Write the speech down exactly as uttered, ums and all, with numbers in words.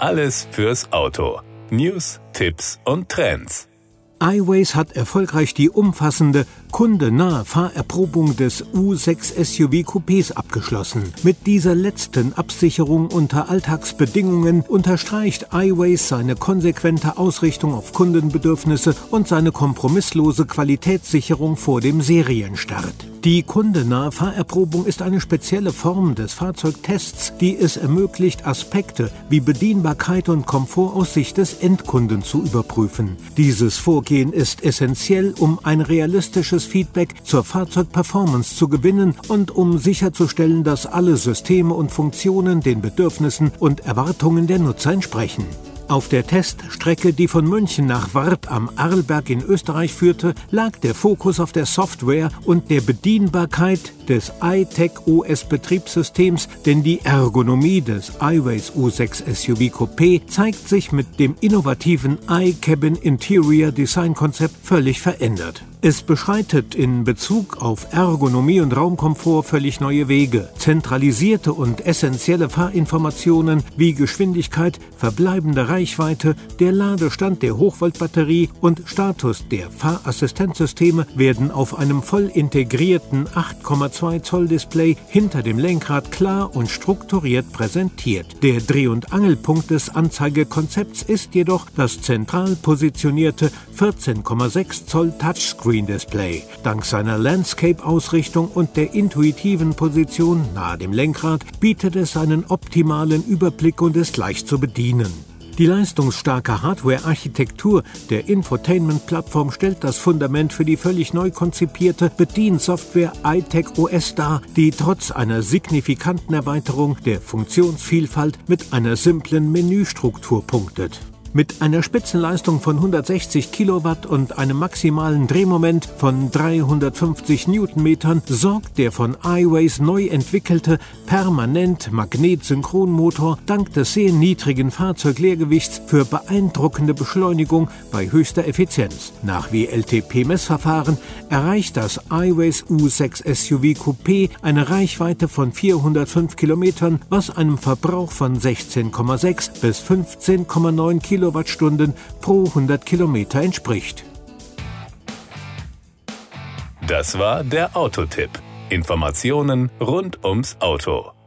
Alles fürs Auto. News, Tipps und Trends. iWays hat erfolgreich die umfassende, kundennahe Fahrerprobung des U sechs S U V Coupés abgeschlossen. Mit dieser letzten Absicherung unter Alltagsbedingungen unterstreicht iWays seine konsequente Ausrichtung auf Kundenbedürfnisse und seine kompromisslose Qualitätssicherung vor dem Serienstart. Die kundennahe Fahrerprobung ist eine spezielle Form des Fahrzeugtests, die es ermöglicht, Aspekte wie Bedienbarkeit und Komfort aus Sicht des Endkunden zu überprüfen. Dieses Vorgehen ist essentiell, um ein realistisches Feedback zur Fahrzeugperformance zu gewinnen und um sicherzustellen, dass alle Systeme und Funktionen den Bedürfnissen und Erwartungen der Nutzer entsprechen. Auf der Teststrecke, die von München nach Warth am Arlberg in Österreich führte, lag der Fokus auf der Software und der Bedienbarkeit des iTech-O S-Betriebssystems, denn die Ergonomie des iWays U sechs S U V Coupé zeigt sich mit dem innovativen iCabin Interior Design-Konzept völlig verändert. Es beschreitet in Bezug auf Ergonomie und Raumkomfort völlig neue Wege. Zentralisierte und essentielle Fahrinformationen wie Geschwindigkeit, verbleibende Reichweite, der Ladestand der Hochvoltbatterie und Status der Fahrassistenzsysteme werden auf einem voll integrierten acht Komma zwei Zoll Display hinter dem Lenkrad klar und strukturiert präsentiert. Der Dreh- und Angelpunkt des Anzeigekonzepts ist jedoch das zentral positionierte vierzehn Komma sechs Zoll Touchscreen Display. Dank seiner Landscape-Ausrichtung und der intuitiven Position nahe dem Lenkrad bietet es einen optimalen Überblick und ist leicht zu bedienen. Die leistungsstarke Hardware-Architektur der Infotainment-Plattform stellt das Fundament für die völlig neu konzipierte Bediensoftware iTech-O S dar, die trotz einer signifikanten Erweiterung der Funktionsvielfalt mit einer simplen Menüstruktur punktet. Mit einer Spitzenleistung von hundertsechzig Kilowatt und einem maximalen Drehmoment von dreihundertfünfzig Newtonmetern sorgt der von iWays neu entwickelte Permanent-Magnet-Synchronmotor dank des sehr niedrigen Fahrzeugleergewichts für beeindruckende Beschleunigung bei höchster Effizienz. Nach W L T P-Messverfahren erreicht das iWays U sechs S U V Coupé eine Reichweite von vierhundertfünf Kilometern, was einem Verbrauch von sechzehn Komma sechs bis fünfzehn Komma neun Kilowattstunden pro hundert Kilometer entspricht. Das war der Autotipp. Informationen rund ums Auto.